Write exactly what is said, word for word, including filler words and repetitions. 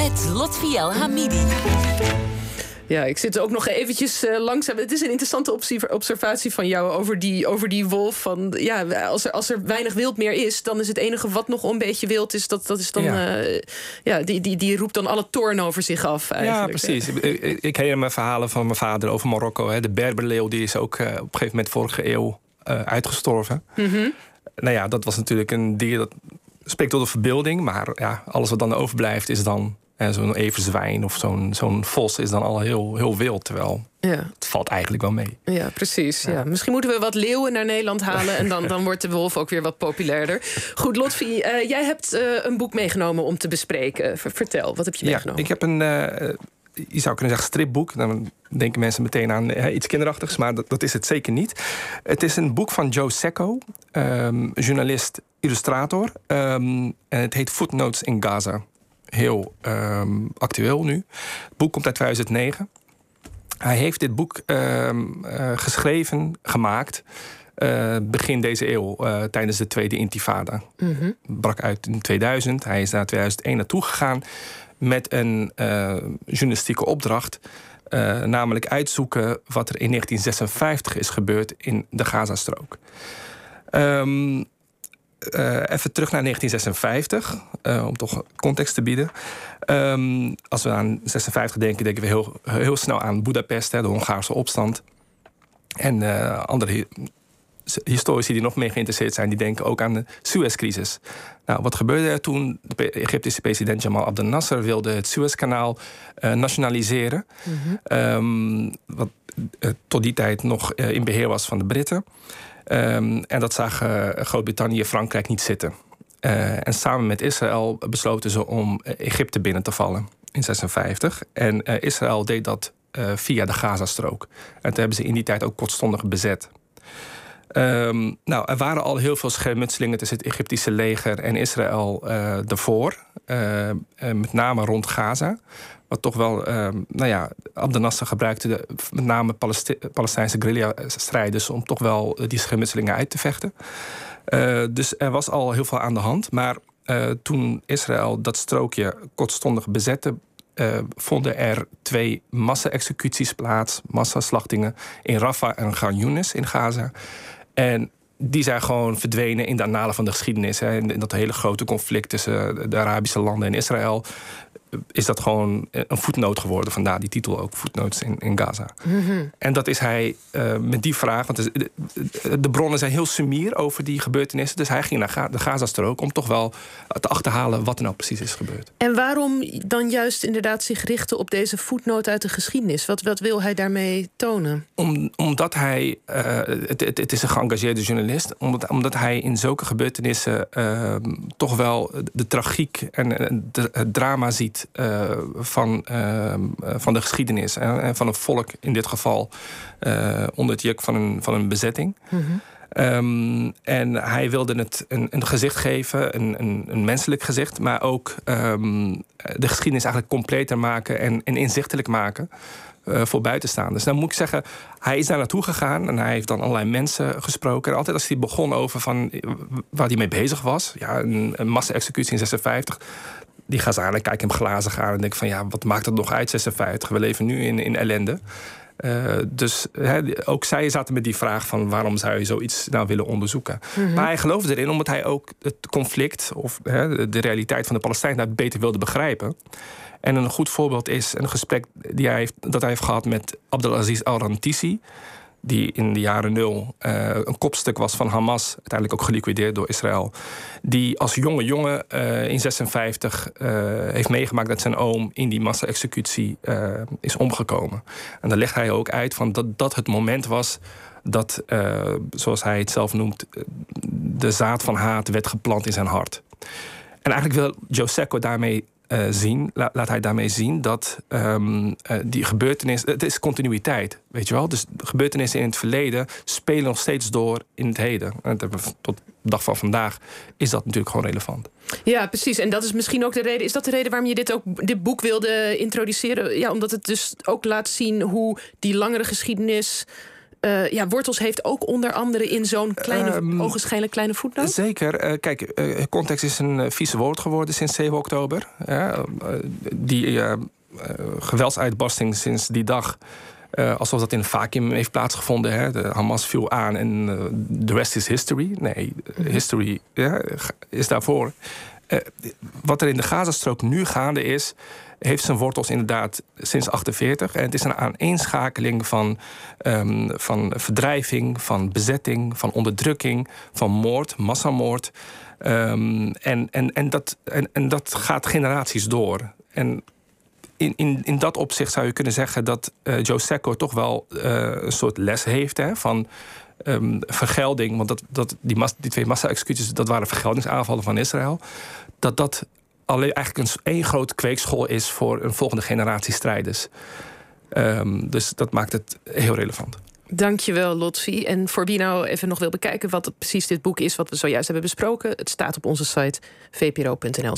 met Lotfi El Hamidi. Ja, ik zit ook nog eventjes uh, langzaam. Het is een interessante observatie van jou over die, over die wolf. Van, ja, als, er, als er weinig wild meer is, dan is het enige wat nog een beetje wild is. Dat, dat is dan, ja. Uh, ja, die, die, die roept dan alle toorn over zich af. Eigenlijk. Ja, precies. Ik, ik herinner me verhalen van mijn vader over Marokko. Hè. De Berberleeuw die is ook uh, op een gegeven moment vorige eeuw uh, uitgestorven. Mm-hmm. Nou ja, dat was natuurlijk een dier dat spreekt tot de verbeelding. Maar ja, alles wat dan overblijft is dan... En zo'n everzwijn of zo'n, zo'n vos is dan al heel, heel wild. Terwijl ja. het valt eigenlijk wel mee. Ja, precies. Ja. Ja. Misschien moeten we wat leeuwen naar Nederland halen... en dan, dan wordt de wolf ook weer wat populairder. Goed, Lotfi, uh, jij hebt uh, een boek meegenomen om te bespreken. Vertel, wat heb je meegenomen? Ja, ik heb een, uh, je zou kunnen zeggen, stripboek. Dan denken mensen meteen aan uh, iets kinderachtigs... maar dat, dat is het zeker niet. Het is een boek van Joe Sacco, um, journalist, illustrator. Um, en het heet Footnotes in Gaza. Heel um, actueel nu. Het boek komt uit tweeduizend negen. Hij heeft dit boek um, uh, geschreven, gemaakt... Uh, begin deze eeuw, uh, tijdens de Tweede Intifada. Mm-hmm. Brak uit in tweeduizend. Hij is naar tweeduizend één naartoe gegaan... met een uh, journalistieke opdracht... Uh, namelijk uitzoeken wat er in negentien zesenvijftig is gebeurd... in de Gazastrook. Um, Uh, even terug naar negentien zesenvijftig, uh, om toch context te bieden. Um, als we aan zesenvijftig denken, denken we heel, heel snel aan Boedapest, hè, de Hongaarse opstand. En uh, andere hi- historici die nog meer geïnteresseerd zijn, die denken ook aan de Suezcrisis. Nou, wat gebeurde er toen? De Egyptische president Jamal Abdel Nasser wilde het Suezkanaal uh, nationaliseren. Mm-hmm. Um, wat uh, tot die tijd nog uh, in beheer was van de Britten. Um, en dat zag uh, Groot-Brittannië en Frankrijk niet zitten. Uh, en samen met Israël besloten ze om Egypte binnen te vallen in zesenvijftig. En uh, Israël deed dat uh, via de Gazastrook. En toen hebben ze in die tijd ook kortstondig bezet. Um, nou, er waren al heel veel schermutselingen tussen het Egyptische leger en Israël uh, daarvoor. Uh, uh, met name rond Gaza. Wat toch wel, uh, nou ja, Abdel Nasser gebruikte de, met name Palesti- Palestijnse guerrilla-strijders... om toch wel die schermutselingen uit te vechten. Uh, dus er was al heel veel aan de hand. Maar uh, toen Israël dat strookje kortstondig bezette... Uh, vonden er twee massa-executies plaats, massaslachtingen... in Rafah en Khan Younis in Gaza. En die zijn gewoon verdwenen in de annalen van de geschiedenis. Hè. In dat hele grote conflict tussen de Arabische landen en Israël... is dat gewoon een voetnoot geworden. Vandaar die titel ook, Footnotes in, in Gaza. Mm-hmm. En dat is hij uh, met die vraag... want de, de, de bronnen zijn heel sumier over die gebeurtenissen... dus hij ging naar Ga, de Gazastrook om toch wel te achterhalen... wat er nou precies is gebeurd. En waarom dan juist inderdaad zich richten op deze voetnoot uit de geschiedenis? Wat, wat wil hij daarmee tonen? Om, omdat hij... Uh, het, het, het is een geëngageerde journalist... omdat, omdat hij in zulke gebeurtenissen... Uh, toch wel de tragiek en de, het drama ziet... Uh, van, uh, van de geschiedenis en, en van een volk in dit geval uh, onder het juk van een, van een bezetting. Mm-hmm. Um, en hij wilde het een, een gezicht geven, een, een, een menselijk gezicht, maar ook um, de geschiedenis eigenlijk completer maken en, en inzichtelijk maken uh, voor buitenstaanders. Nou moet ik zeggen, hij is daar naartoe gegaan en hij heeft dan allerlei mensen gesproken. En altijd als hij begon over van waar hij mee bezig was, ja, een, een massa-executie in zesenvijftig. Die Gazanen kijken hem glazig aan en denken van... ja, wat maakt dat nog uit, zesenvijftig? We leven nu in, in ellende. Uh, dus he, ook zij zaten met die vraag van... waarom zou je zoiets nou willen onderzoeken? Mm-hmm. Maar hij geloofde erin omdat hij ook het conflict... of he, de realiteit van de Palestijnen beter wilde begrijpen. En een goed voorbeeld is een gesprek die hij heeft, dat hij heeft gehad... met Abdelaziz al-Rantisi... die in de jaren nul uh, een kopstuk was van Hamas... uiteindelijk ook geliquideerd door Israël... die als jonge jongen uh, in zesenvijftig uh, heeft meegemaakt... dat zijn oom in die massa-executie uh, is omgekomen. En dan legt hij ook uit van dat dat het moment was... dat, uh, zoals hij het zelf noemt... de zaad van haat werd geplant in zijn hart. En eigenlijk wil Joe Sacco daarmee... Uh, zien, la, laat hij daarmee zien dat um, uh, die gebeurtenissen... Het is continuïteit, weet je wel. Dus de gebeurtenissen in het verleden spelen nog steeds door in het heden. En tot de dag van vandaag is dat natuurlijk gewoon relevant. Ja, precies. En dat is misschien ook de reden... Is dat de reden waarom je dit, ook, dit boek wilde introduceren? Ja, omdat het dus ook laat zien hoe die langere geschiedenis... uh, ja, wortels heeft ook onder andere in zo'n kleine, um, ogenschijnlijk kleine voetnoot? Zeker. Uh, kijk, uh, context is een uh, vieze woord geworden sinds zeven oktober. Uh, uh, die uh, uh, geweldsuitbarsting sinds die dag, Uh, alsof dat in een vacuüm heeft plaatsgevonden. Hè. De Hamas viel aan en uh, the rest is history. Nee, mm-hmm. history ja, is daarvoor. Uh, wat er in de Gazastrook nu gaande is, heeft zijn wortels inderdaad sinds achtenveertig. En het is een aaneenschakeling van, um, van verdrijving, van bezetting, van onderdrukking, van moord, massamoord. Um, en, en, en, dat, en, en dat gaat generaties door. En In, in, in dat opzicht zou je kunnen zeggen dat uh, Joe Sacco toch wel uh, een soort les heeft, hè, van um, vergelding. Want dat, dat, die, mas, die twee massa-executies, dat waren vergeldingsaanvallen van Israël. Dat dat alleen eigenlijk een één grote kweekschool is voor een volgende generatie strijders. Um, dus dat maakt het heel relevant. Dankjewel, Lotfi. En voor wie nou even nog wil bekijken wat precies dit boek is, wat we zojuist hebben besproken, het staat op onze site v p r o punt n l